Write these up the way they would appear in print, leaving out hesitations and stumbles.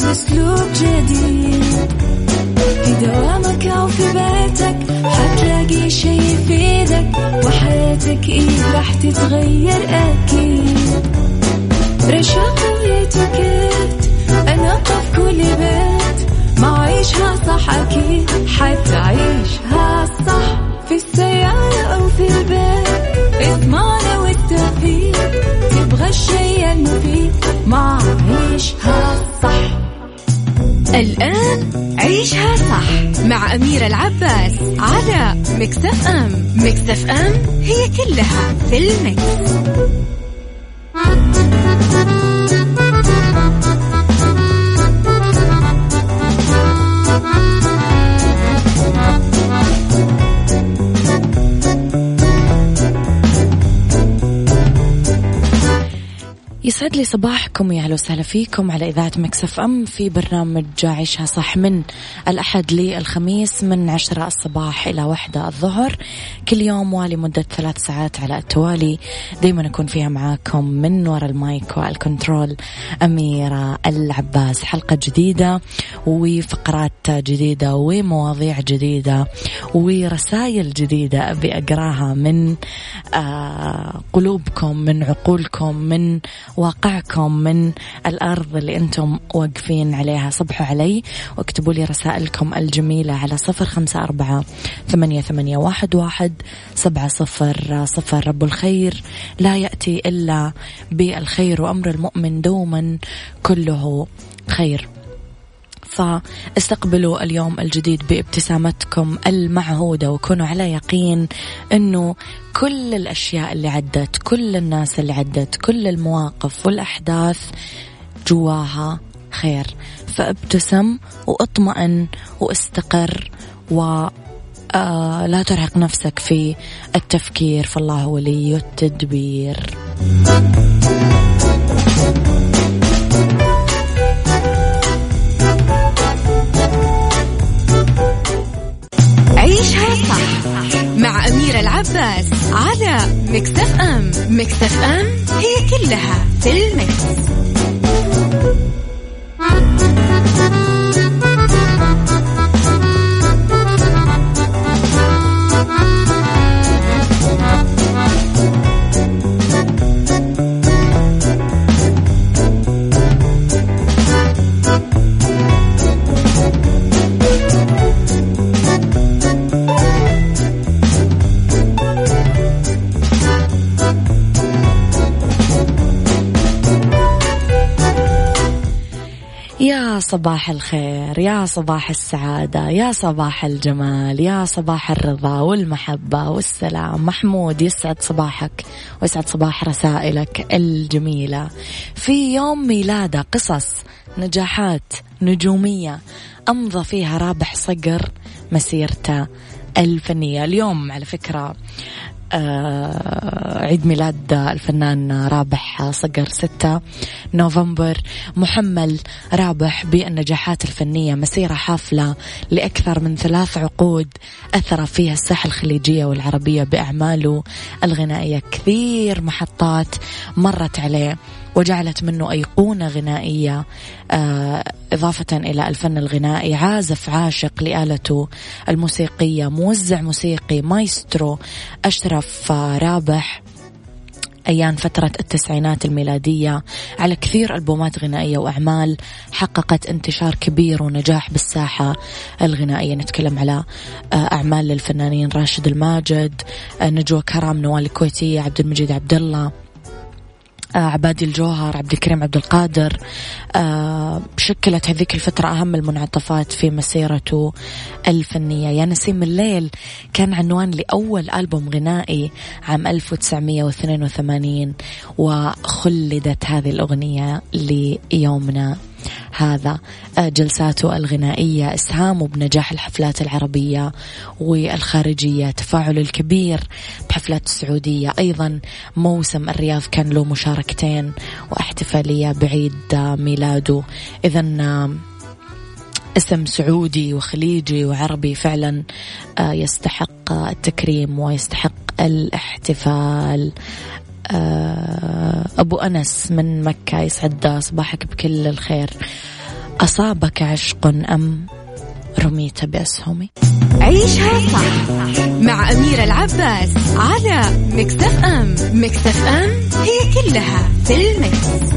بأسلوب جديد. في دوامك أو في بيتك حتلاقي شي يفيدك، وحياتك إيه راح تتغير أكيد. رشاق ويتوكيت أنا قف كل بيت، ما عيشها صح أكيد حتعيشها صح. في السيارة أو في البيت اسمعنا والتوفيق، تبغى الشيء المفيد ما عيشها صح. الآن عيشها صح مع أميرة العباس على ميكس اف ام. ميكس اف ام هي كلها في الميكس. يسعد لي صباحكم، يا أهلا وسهلا فيكم على إذاعة ميكس اف ام في برنامج عيشها صح من الأحد للخميس من 10 الصباح إلى 1 الظهر كل يوم، ولمدة 3 ساعات على التوالي. دايما أكون فيها معاكم من وراء المايك والكنترول أميرة العباس. حلقة جديدة وفقرات جديدة ومواضيع جديدة ورسائل جديدة أبي أقراها من قلوبكم، من عقولكم، من واقعكم، من الأرض اللي أنتم واقفين عليها. صبحوا علي واكتبوا لي رسائلكم الجميلة على 0548811700. رب الخير لا يأتي إلا بالخير، وأمر المؤمن دوما كله خير. فاستقبلوا اليوم الجديد بابتسامتكم المعهودة، وكونوا على يقين أنه كل الأشياء اللي عدت، كل الناس اللي عدت، كل المواقف والأحداث جواها خير. فابتسم واطمئن واستقر، ولا ترهق نفسك في التفكير، فالله ولي التدبير. عيشها صح مع أميرة العباس على ميكس اف ام. ميكس اف ام هي كلها في الميكس. يا صباح الخير، يا صباح السعادة، يا صباح الجمال، يا صباح الرضا والمحبة والسلام. محمود، يسعد صباحك ويسعد صباح رسائلك الجميلة في يوم ميلاده. قصص نجاحات نجومية أمضى فيها رابح صقر مسيرته الفنية. اليوم على فكرة عيد ميلاد الفنان رابح صقر 6 نوفمبر، محمل رابح بالنجاحات الفنية، مسيرة حافلة لأكثر من 3 عقود أثر فيها الساحة الخليجية والعربية بأعماله الغنائية. كثير محطات مرت عليه وجعلت منه أيقونة غنائية، إضافة إلى الفن الغنائي عازف عاشق لآلته الموسيقية، موزع موسيقي، مايسترو. أشرف رابح أيام فترة التسعينات الميلادية على كثير ألبومات غنائية وأعمال حققت انتشار كبير ونجاح بالساحة الغنائية. نتكلم على أعمال للفنانين راشد الماجد، نجوى كرم، نوال الكويتية، عبد المجيد عبد الله، عبادي الجوهر، عبد الكريم عبد القادر. شكلت هذيك الفترة أهم المنعطفات في مسيرته الفنية. يا نسيم الليل كان عنوان لأول ألبوم غنائي عام 1982، وخلدت هذه الأغنية ليومنا هذا. جلساته الغنائية، إسهامه بنجاح الحفلات العربية والخارجية، تفاعله الكبير بحفلات السعودية. أيضا موسم الرياض كان له مشاركتين واحتفالية بعيد ميلاده. إذن اسم سعودي وخليجي وعربي فعلا يستحق التكريم ويستحق الاحتفال. أبو أنس من مكة، يسعد صباحك بكل الخير. أصابك عشق أم رميت بأسهمي؟ عيشها صح مع أميرة العباس على ميكس اف ام. ميكس اف ام هي كلها في الميكس.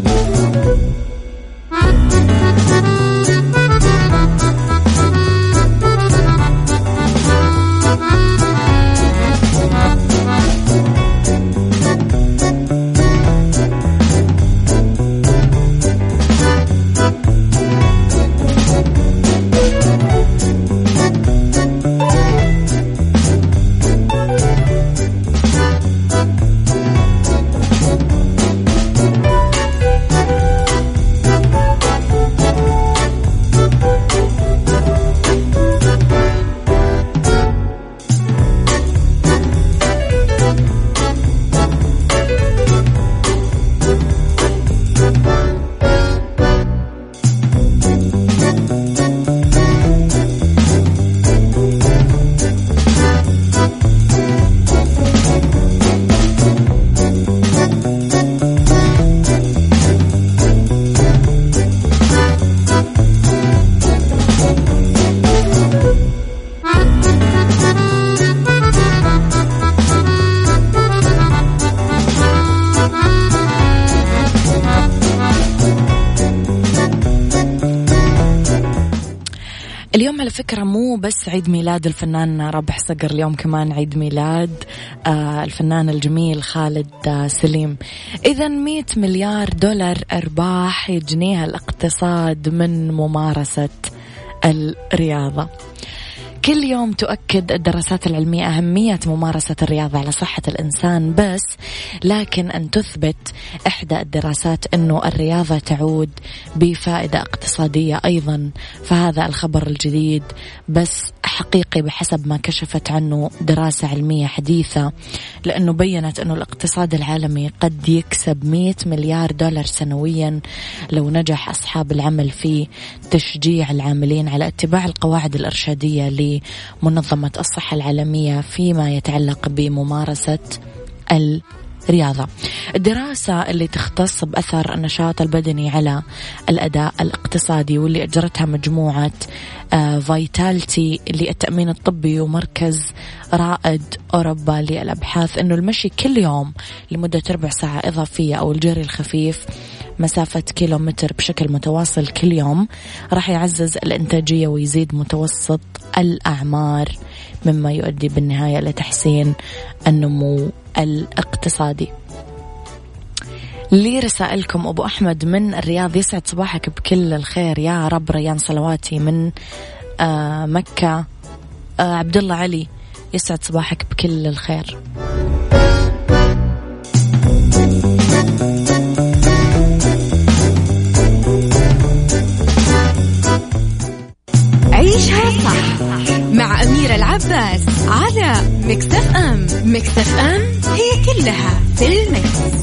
اليوم على فكرة مو بس عيد ميلاد الفنان رابح صقر، اليوم كمان عيد ميلاد الفنان الجميل خالد سليم. إذن 100 مليار دولار أرباح يجنيها الاقتصاد من ممارسة الرياضة. كل يوم تؤكد الدراسات العلمية أهمية ممارسة الرياضة على صحة الإنسان، بس لكن أن تثبت إحدى الدراسات أنه الرياضة تعود بفائدة اقتصادية أيضا. فهذا الخبر الجديد بس حقيقي بحسب ما كشفت عنه دراسة علمية حديثة، لأنه بيّنت أنه الاقتصاد العالمي قد يكسب 100 مليار دولار سنويا لو نجح أصحاب العمل في تشجيع العاملين على اتباع القواعد الإرشادية لمنظمة الصحة العالمية فيما يتعلق بممارسة الرياضة. الدراسة اللي تختص بأثر النشاط البدني على الأداء الاقتصادي واللي أجرتها مجموعة فايتالتي للتأمين الطبي ومركز رائد أوروبا للأبحاث، أنه المشي كل يوم لمدة 4 ساعة إضافية أو الجري الخفيف مسافة كيلومتر بشكل متواصل كل يوم راح يعزز الإنتاجية ويزيد متوسط الأعمار، مما يؤدي بالنهاية لتحسين النمو الاقتصادي. لي رسائلكم. أبو أحمد من الرياض، يسعد صباحك بكل الخير يا رب. ريان صلواتي من مكة. عبد الله علي، يسعد صباحك بكل الخير. عيشها صح مع أميرة العباس على ميكس اف ام. ميكس اف ام هي كلها في الميكس.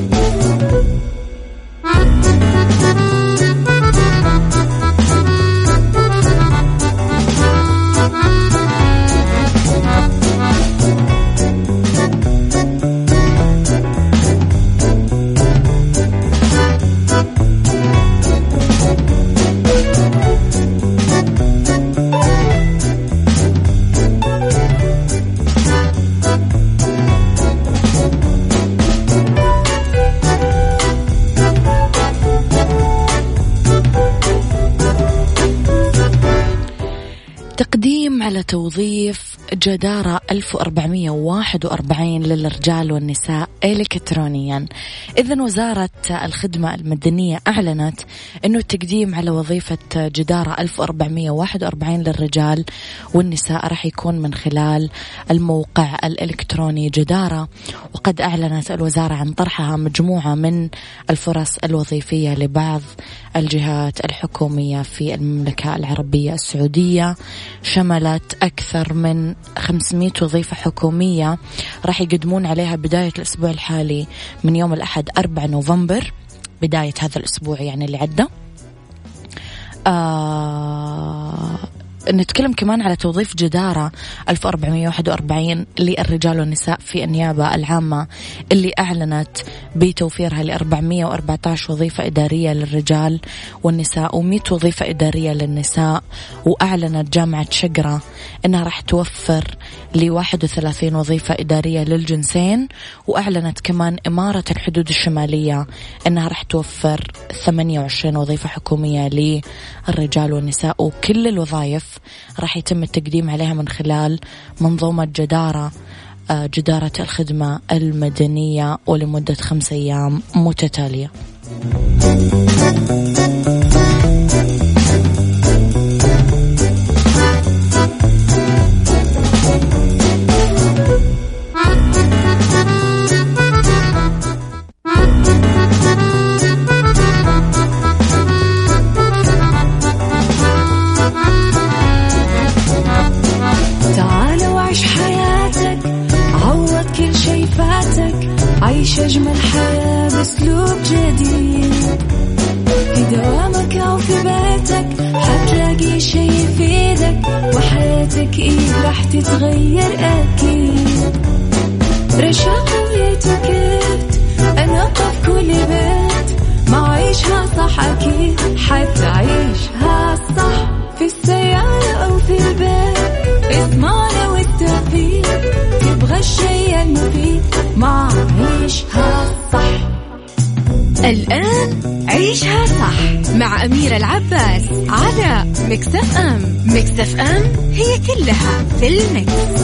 تقديم على توظيف جدارة 1441 للرجال والنساء إلكترونيا. إذن وزارة الخدمة المدنية أعلنت أنه التقديم على وظيفة جدارة 1441 للرجال والنساء راح يكون من خلال الموقع الإلكتروني جدارة. وقد أعلنت الوزارة عن طرحها مجموعة من الفرص الوظيفية لبعض الجهات الحكومية في المملكة العربية السعودية، شملت أكثر من 500 وظيفة حكومية راح يقدمون عليها بداية الأسبوع الحالي من يوم الأحد 4 نوفمبر، بداية هذا الأسبوع يعني اللي عدى، نتكلم كمان على توظيف جدارة 1441 للرجال والنساء في النيابة العامة اللي أعلنت بتوفيرها ل 414 وظيفة إدارية للرجال والنساء و100 وظيفة إدارية للنساء. وأعلنت جامعة شقرة أنها راح توفر ل 31 وظيفة إدارية للجنسين. وأعلنت كمان إمارة الحدود الشمالية أنها راح توفر 28 وظيفة حكومية للرجال والنساء. وكل الوظائف راح يتم التقديم عليها من خلال منظومة جدارة الخدمة المدنية ولمدة 5 أيام متتالية. عيش أجمل حياة بأسلوب جديد في دوامك أو في بيتك حتلاقي شي يفيدك وحياتك راح تتغير أكيد. رشاق ويتوكيت أنا قف كل بيت ما عيشها صح أكيد حتعيشها صح في السيارة أو في البيت اسمعنا والتوفيق تبغى الشيء المفيد ما عيشها صح. الآن عيشها صح مع أميرة العباس على مكسف أم. مكسف أم هي كلها في المكس.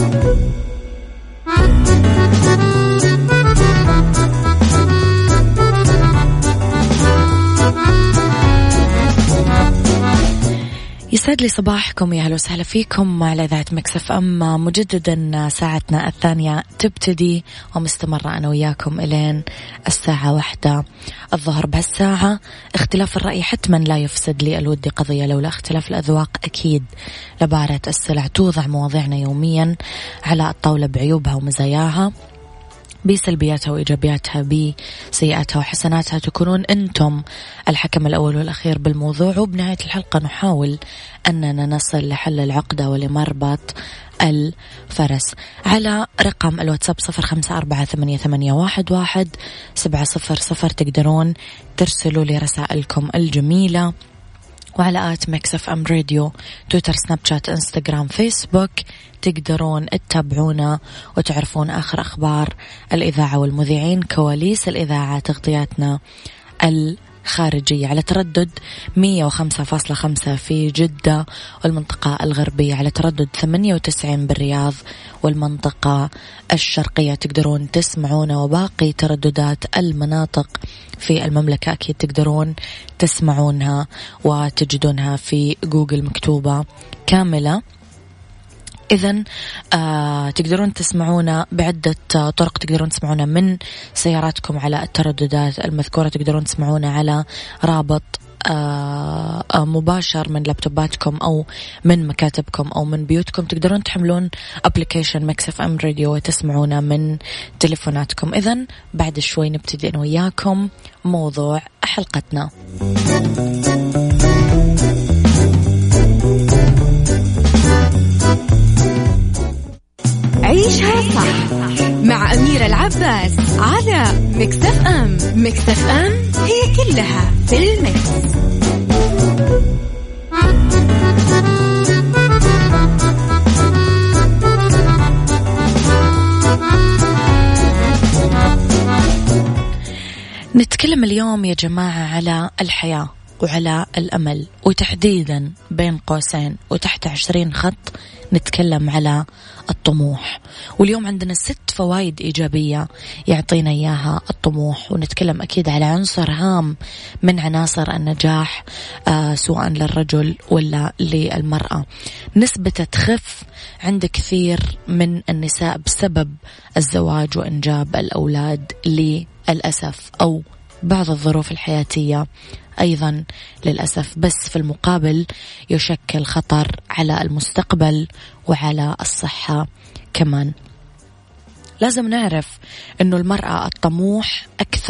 يسعد لي صباحكم، يا هلا وسهلا فيكم على إذاعة مكسف أم. مجددا ساعتنا الثانية تبتدي ومستمرة أنا وياكم إلين الساعة 1 الظهر. بهالساعة اختلاف الرأي حتما لا يفسد لي الود قضية، لولا اختلاف الأذواق أكيد لبارة السلع. توضع مواضيعنا يوميا على الطاولة بعيوبها ومزاياها، بسلبياتها وإيجابياتها، بسيئاتها وحسناتها. تكونون أنتم الحكم الأول والأخير بالموضوع. وبنهاية الحلقة نحاول أننا نصل لحل العقدة ولمربط الفرس على رقم الواتساب 0548811700. تقدرون ترسلوا لي رسائلكم الجميلة وعلى مكسف أم راديو، تويتر، سناب شات، إنستغرام، فيسبوك. تقدرون تتابعونا وتعرفون آخر أخبار الإذاعة والمذيعين، كواليس الإذاعة، تغطياتنا الخارجية على تردد 105.5 في جدة والمنطقة الغربية، على تردد 98 بالرياض والمنطقة الشرقية. تقدرون تسمعونا وباقي ترددات المناطق في المملكة أكيد تقدرون تسمعونها وتجدونها في جوجل مكتوبة كاملة. إذن تقدرون تسمعونا بعدة طرق. تقدرون تسمعونا من سياراتكم على الترددات المذكورة، تقدرون تسمعونا على رابط مباشر من لابتوباتكم أو من مكاتبكم أو من بيوتكم. تقدرون تحملون أبليكيشن مكسف أم راديو وتسمعونا من تليفوناتكم. إذن بعد شوي نبتدي أنا وياكم موضوع حلقتنا. عيشها صح مع أميرة العباس على مكسف أم. مكسف أم هي كلها في المكس. نتكلم اليوم يا جماعة على الحياة وعلى الأمل، وتحديدا بين قوسين وتحت 20 خط نتكلم على الطموح. واليوم عندنا 6 فوائد إيجابية يعطينا إياها الطموح، ونتكلم أكيد على عنصر هام من عناصر النجاح سواء للرجل ولا للمرأة. نسبته تخف عند كثير من النساء بسبب الزواج وإنجاب الأولاد للأسف، أو بعض الظروف الحياتية أيضا للأسف. بس في المقابل يشكل خطر على المستقبل وعلى الصحة كمان. لازم نعرف أنه المرأة الطموح أكثر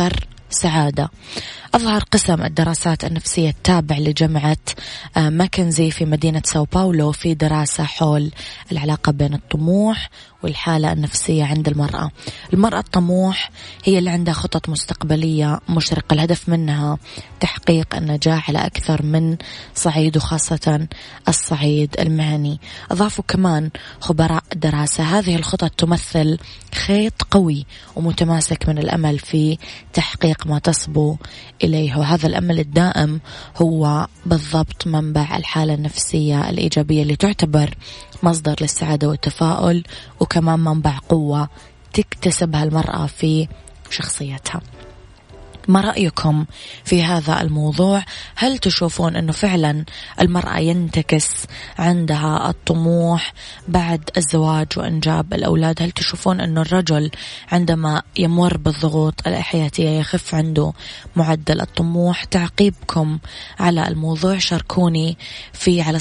سعادة. أظهر قسم الدراسات النفسية التابع لجامعة ماكنزي في مدينة ساو باولو في دراسة حول العلاقة بين الطموح والحالة النفسية عند المرأة. المرأة الطموح هي اللي عندها خطط مستقبلية مشرقة، الهدف منها تحقيق النجاح على أكثر من صعيد وخاصة الصعيد المهني. أضافوا كمان خبراء الدراسة هذه الخطط تمثل خيط قوي ومتماسك من الأمل في تحقيق ما تصبو إليه، وهذا الأمل الدائم هو بالضبط منبع الحالة النفسية الإيجابية اللي تعتبر مصدر للسعادة والتفاؤل، وكمان منبع قوة تكتسبها المرأة في شخصيتها. ما رأيكم في هذا الموضوع؟ هل تشوفون أنه فعلا المرأة ينتكس عندها الطموح بعد الزواج وإنجاب الأولاد؟ هل تشوفون أنه الرجل عندما يمر بالضغوط الحياتية يخف عنده معدل الطموح؟ تعقيبكم على الموضوع شاركوني في على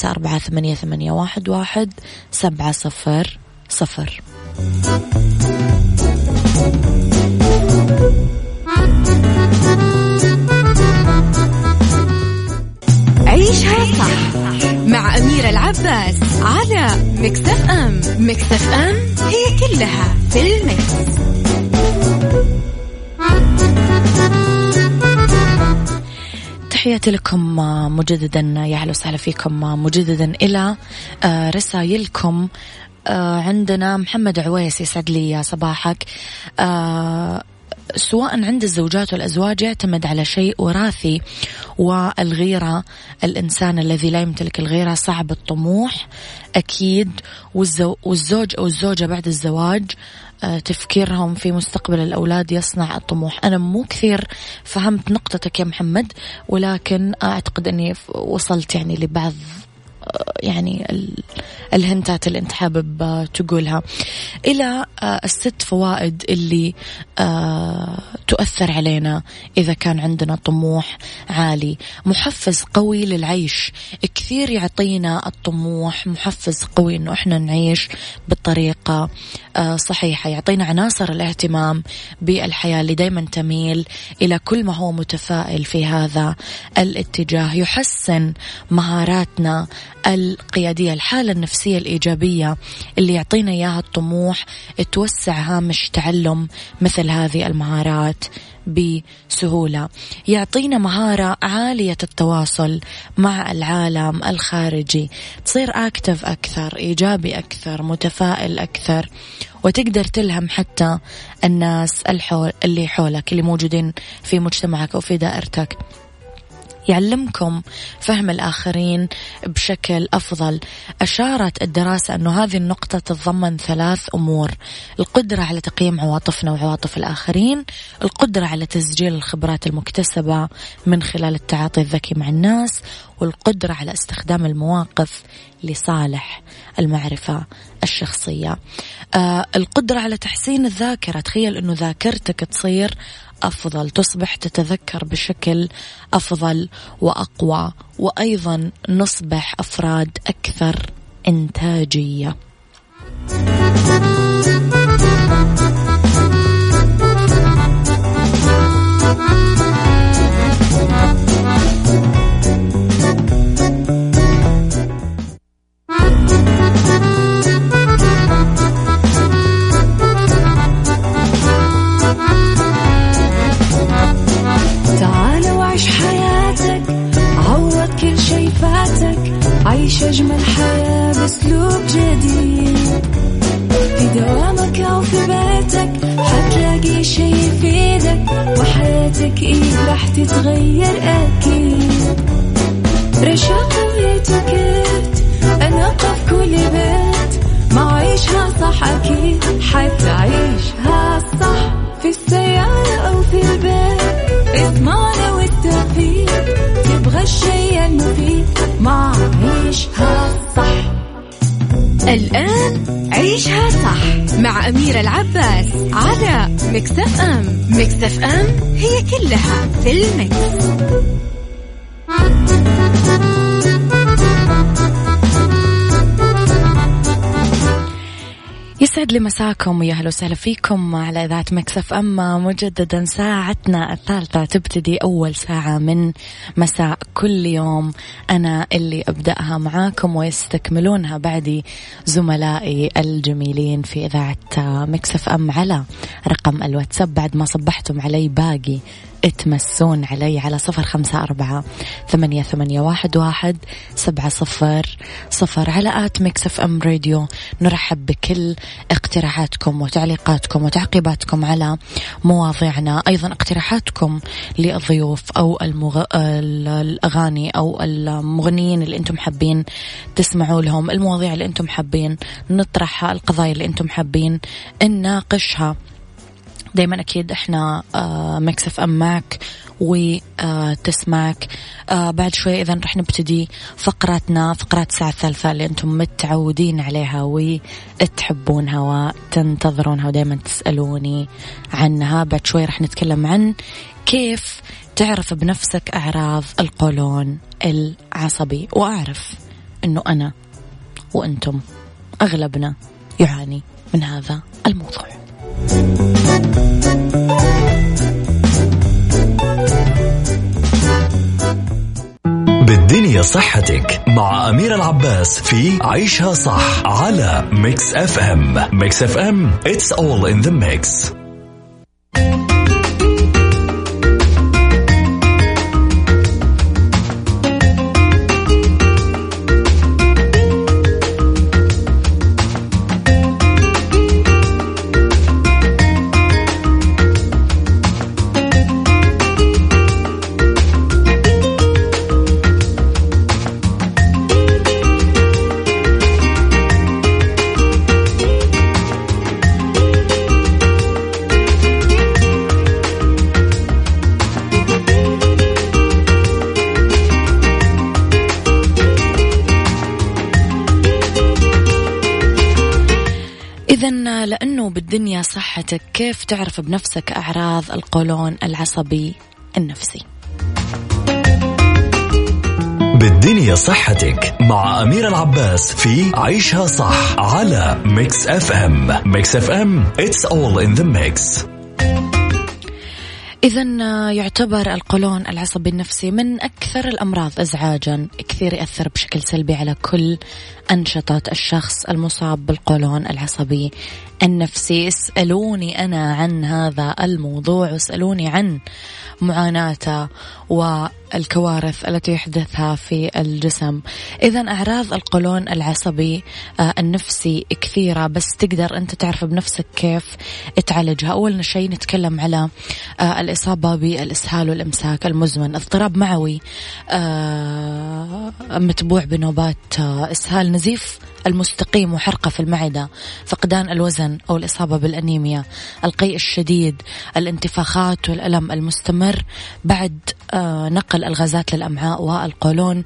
0548811700. عيشها صح مع أميرة العباس على مكسف أم. مكسف أم هي كلها في المكس. تحياتي لكم مجددا، يا أهلا وسهلا فيكم مجددا إلى رسائلكم. عندنا محمد عويس، يسعد لي صباحك. سواء عند الزوجات والأزواج يعتمد على شيء وراثي، والغيرة الإنسان الذي لا يمتلك الغيرة صعب الطموح أكيد، والزوج أو الزوجة بعد الزواج تفكيرهم في مستقبل الأولاد يصنع الطموح. أنا مو كثير فهمت نقطتك يا محمد، ولكن أعتقد أني وصلت يعني لبعض يعني الهنتات اللي انت حابب تقولها. إلى الست فوائد اللي تؤثر علينا إذا كان عندنا طموح عالي. محفز قوي للعيش، كثير يعطينا الطموح محفز قوي إنه إحنا نعيش بالطريقة صحيحة. يعطينا عناصر الاهتمام بالحياة اللي دايما تميل إلى كل ما هو متفائل في هذا الاتجاه. يحسن مهاراتنا القيادية، الحالة النفسية الإيجابية اللي يعطينا إياها الطموح توسع هامش تعلم مثل هذه المهارات بسهولة. يعطينا مهارة عالية التواصل مع العالم الخارجي، تصير أكتف أكثر، إيجابي أكثر، متفائل أكثر، وتقدر تلهم حتى الناس اللي حولك اللي موجودين في مجتمعك أو في دائرتك. يعلمكم فهم الآخرين بشكل أفضل. أشارت الدراسة أنه هذه النقطة تتضمن 3 أمور: القدرة على تقييم عواطفنا وعواطف الآخرين، القدرة على تسجيل الخبرات المكتسبة من خلال التعاطي الذكي مع الناس، والقدرة على استخدام المواقف لصالح المعرفة الشخصية. القدرة على تحسين الذاكرة، تخيل أنه ذاكرتك تصير أفضل، تصبح تتذكر بشكل أفضل وأقوى، وأيضا نصبح أفراد أكثر إنتاجية. عيش أجمل حياة بأسلوب جديد، في دوامك أو في بيتك حتلاقي شي يفيدك، وحياتك إيه راح تتغير أكيد. رشاق ويتوكيت أنا قف كل بيت، ما عيشها صح أكيد حتعيشها صح، في السيارة أو في البيت اسمعنا والتوفيق، تبغى الشيء المفيد ما عيشها صح. الآن عيشها صح مع أميرة العباس على مكسف أم. مكسف أم هي كلها في المكس. يسعد يسعد لي مساكم يا أهلا وسهلا فيكم على إذاعة مكسف أما مجددا. ساعتنا الثالثة تبتدي أول ساعة من مساء كل يوم، أنا اللي أبدأها معاكم ويستكملونها بعدي زملائي الجميلين في إذاعة مكسف أم على رقم الواتساب. بعد ما صبحتم علي باقي اتمسون علي على 0548811700 على مكسف أم راديو. نرحب بكل اقتراحاتكم وتعليقاتكم وتعقيباتكم على مواضيعنا، أيضا اقتراحاتكم للضيوف أو الأغاني أو المغنيين اللي أنتم حابين تسمعوا لهم، المواضيع اللي أنتم حابين نطرحها، القضايا اللي أنتم حابين نناقشها. دايما أكيد إحنا مكسف أم معك وتسمعك. بعد شوي إذن رح نبتدي فقرات الساعة الثالثة اللي أنتم متعودين عليها وتحبونها وتنتظرونها ودايما تسألوني عنها. بعد شوي رح نتكلم عن كيف تعرف بنفسك أعراض القولون العصبي، وأعرف أنه أنا وأنتم أغلبنا يعاني من هذا الموضوع. بالدنيا صحتك مع أميرة العباس في عيشها صح على ميكس اف ام. ميكس اف ام it's all in the mix. لأنه بالدنيا صحتك، كيف تعرف بنفسك أعراض القولون العصبي النفسي؟ بالدنيا صحتك مع أميرة العباس في عيشها صح على ميكس اف ام. ميكس اف ام it's all in the mix. إذن يعتبر القولون العصبي النفسي من أكثر الأمراض إزعاجا، كثير يأثر بشكل سلبي على كل أنشطة الشخص المصاب بالقولون العصبي النفسي. اسألوني أنا عن هذا الموضوع واسألوني عن معاناته والكوارث التي يحدثها في الجسم. إذن أعراض القولون العصبي النفسي كثيرة، بس تقدر أنت تعرف بنفسك كيف تعالجها. أول شيء نتكلم على الإصابة بالإسهال والإمساك المزمن، اضطراب معوي متبوع بنوبات إسهال، نزيف المستقيم وحرقة في المعدة، فقدان الوزن أو الإصابة بالأنيميا، القيء الشديد، الانتفاخات والألم المستمر بعد نقل الغازات للأمعاء والقولون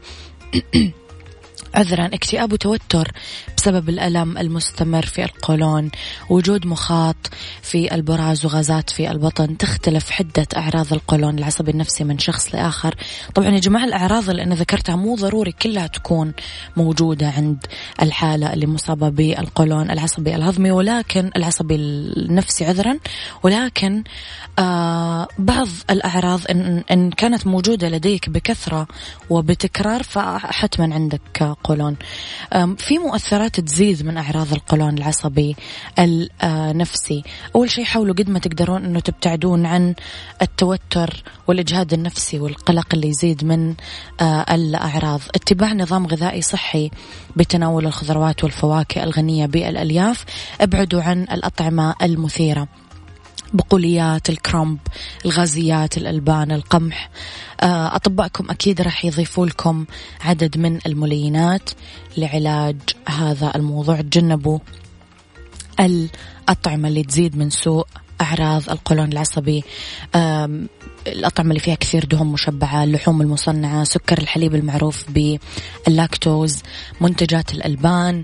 عذرا، اكتئاب وتوتر بسبب الألم المستمر في القولون، وجود مخاط في البراز وغازات في البطن. تختلف حدة أعراض القولون العصبي النفسي من شخص لآخر. طبعا يا جماعة الأعراض اللي أنا ذكرتها مو ضروري كلها تكون موجودة عند الحالة اللي مصابة بالقولون العصبي الهضمي ولكن العصبي النفسي عذرا، ولكن بعض الأعراض إن كانت موجودة لديك بكثرة وبتكرار فحتما عندك قولون. في مؤثرات تزيد من أعراض القولون العصبي النفسي. أول شيء حاولوا قد ما تقدرون أنه تبتعدون عن التوتر والإجهاد النفسي والقلق اللي يزيد من الأعراض. اتباع نظام غذائي صحي بتناول الخضروات والفواكه الغنية بالألياف. ابعدوا عن الأطعمة المثيرة، بقوليات، الكرنب، الغازيات، الألبان، القمح. أطباءكم أكيد راح يضيفوا لكم عدد من الملينات لعلاج هذا الموضوع. تجنبوا الأطعمة اللي تزيد من سوء أعراض القولون العصبي، الأطعمة اللي فيها كثير دهون مشبعة، اللحوم المصنعة، سكر الحليب المعروف باللاكتوز، منتجات الألبان،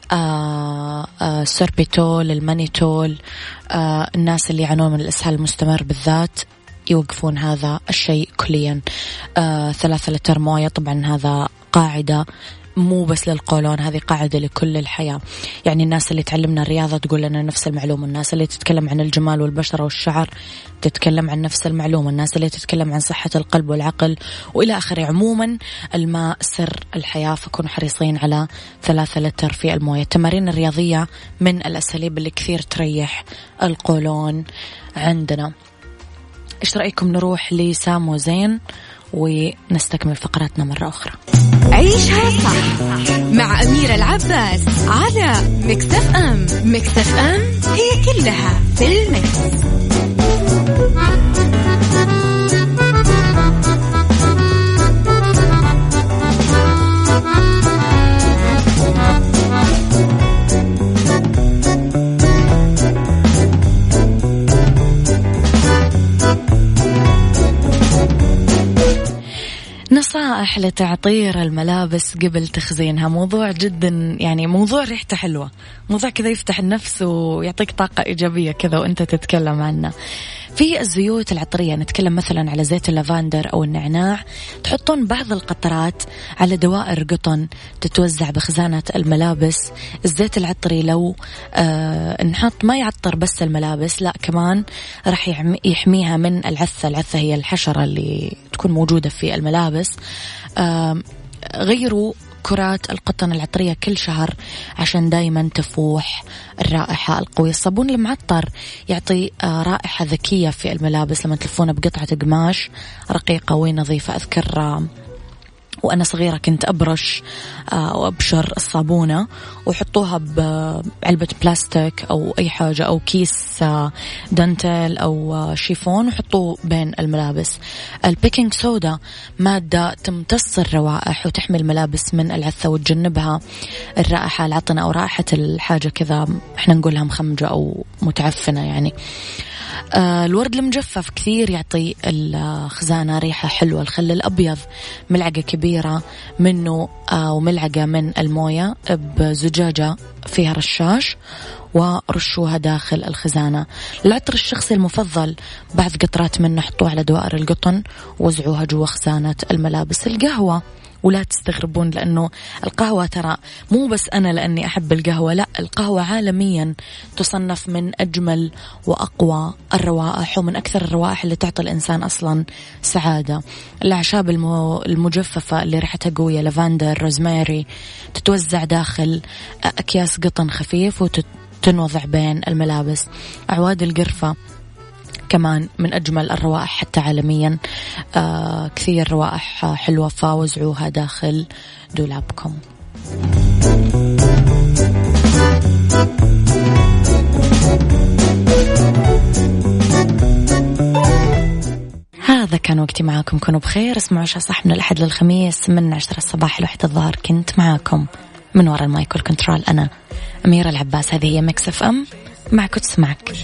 السوربيتول، المانيتول. الناس اللي يعانون من الإسهال المستمر بالذات يوقفون هذا الشيء كليا. 3 لتر موية، طبعا هذا قاعدة مو بس للقولون، هذه قاعدة لكل الحياة. يعني الناس اللي تعلمنا الرياضة تقول لنا نفس المعلومة، الناس اللي تتكلم عن الجمال والبشرة والشعر تتكلم عن نفس المعلومة، الناس اللي تتكلم عن صحة القلب والعقل وإلى آخره. عموما الماء سر الحياة، فكونوا حريصين على 3 لتر في الموية. التمارين الرياضية من الأساليب اللي كثير تريح القولون عندنا. إيش رأيكم نروح لسامو زين ونستكمل فقراتنا مرة أخرى؟ عيشها صح مع أميرة العباس على ميكس اف ام. ميكس اف ام هي كلها في الميكس. نصائح لتعطير الملابس قبل تخزينها. موضوع جدا يعني موضوع ريحته حلوة، موضوع كذا يفتح النفس ويعطيك طاقة إيجابية كذا وأنت تتكلم عنه. في الزيوت العطرية نتكلم مثلا على زيت اللافندر أو النعناع، تحطون بعض القطرات على دوائر قطن تتوزع بخزانة الملابس. الزيت العطري لو نحط ما يعطر بس الملابس، لا كمان راح يحميها من العثة. العثة هي الحشرة اللي تكون موجودة في الملابس. غيروا كرات القطن العطرية كل شهر عشان دايما تفوح الرائحة القوية. الصابون المعطر يعطي رائحة ذكية في الملابس لما تلفونه بقطعة قماش رقيقة ونظيفة. أذكر وأنا صغيرة كنت أبرش وأبشر الصابونة وحطوها بعلبة بلاستيك أو أي حاجة أو كيس دانتيل أو شيفون وحطوه بين الملابس. البيكنج سودا مادة تمتص الروائح وتحمي الملابس من العثة وتجنبها الرائحة العطنة أو رائحة الحاجة كذا احنا نقولها مخمجة أو متعفنة يعني. الورد المجفف كثير يعطي الخزانة ريحة حلوة. الخل الأبيض ملعقة كبيرة منه وملعقة من الموية بزجاجة فيها رشاش ورشوها داخل الخزانة. العطر الشخصي المفضل بعض قطرات منه حطوها على دوائر القطن ووزعوها جوا خزانة الملابس. القهوة، ولا تستغربون لأنه القهوة ترى مو بس أنا لأني أحب القهوة، لا القهوة عالميا تصنف من أجمل وأقوى الروائح ومن أكثر الروائح اللي تعطي الإنسان أصلا سعادة. الأعشاب المجففة اللي ريحتها قوية، لافندر، روزماري، تتوزع داخل أكياس قطن خفيف وتنوضع بين الملابس. أعواد القرفة كمان من أجمل الروائح حتى عالميا. كثير روائح حلوة، فوزعوها داخل دولابكم. هذا كان وقتي معاكم، كونوا بخير. اسمعوا عيشها صح من الأحد للخميس من 10 الصباح ل1 الظهر. كنت معاكم من وراء المايك والكنترول أنا أميرة العباس. هذه هي ميكس اف ام، معك وتسمعك.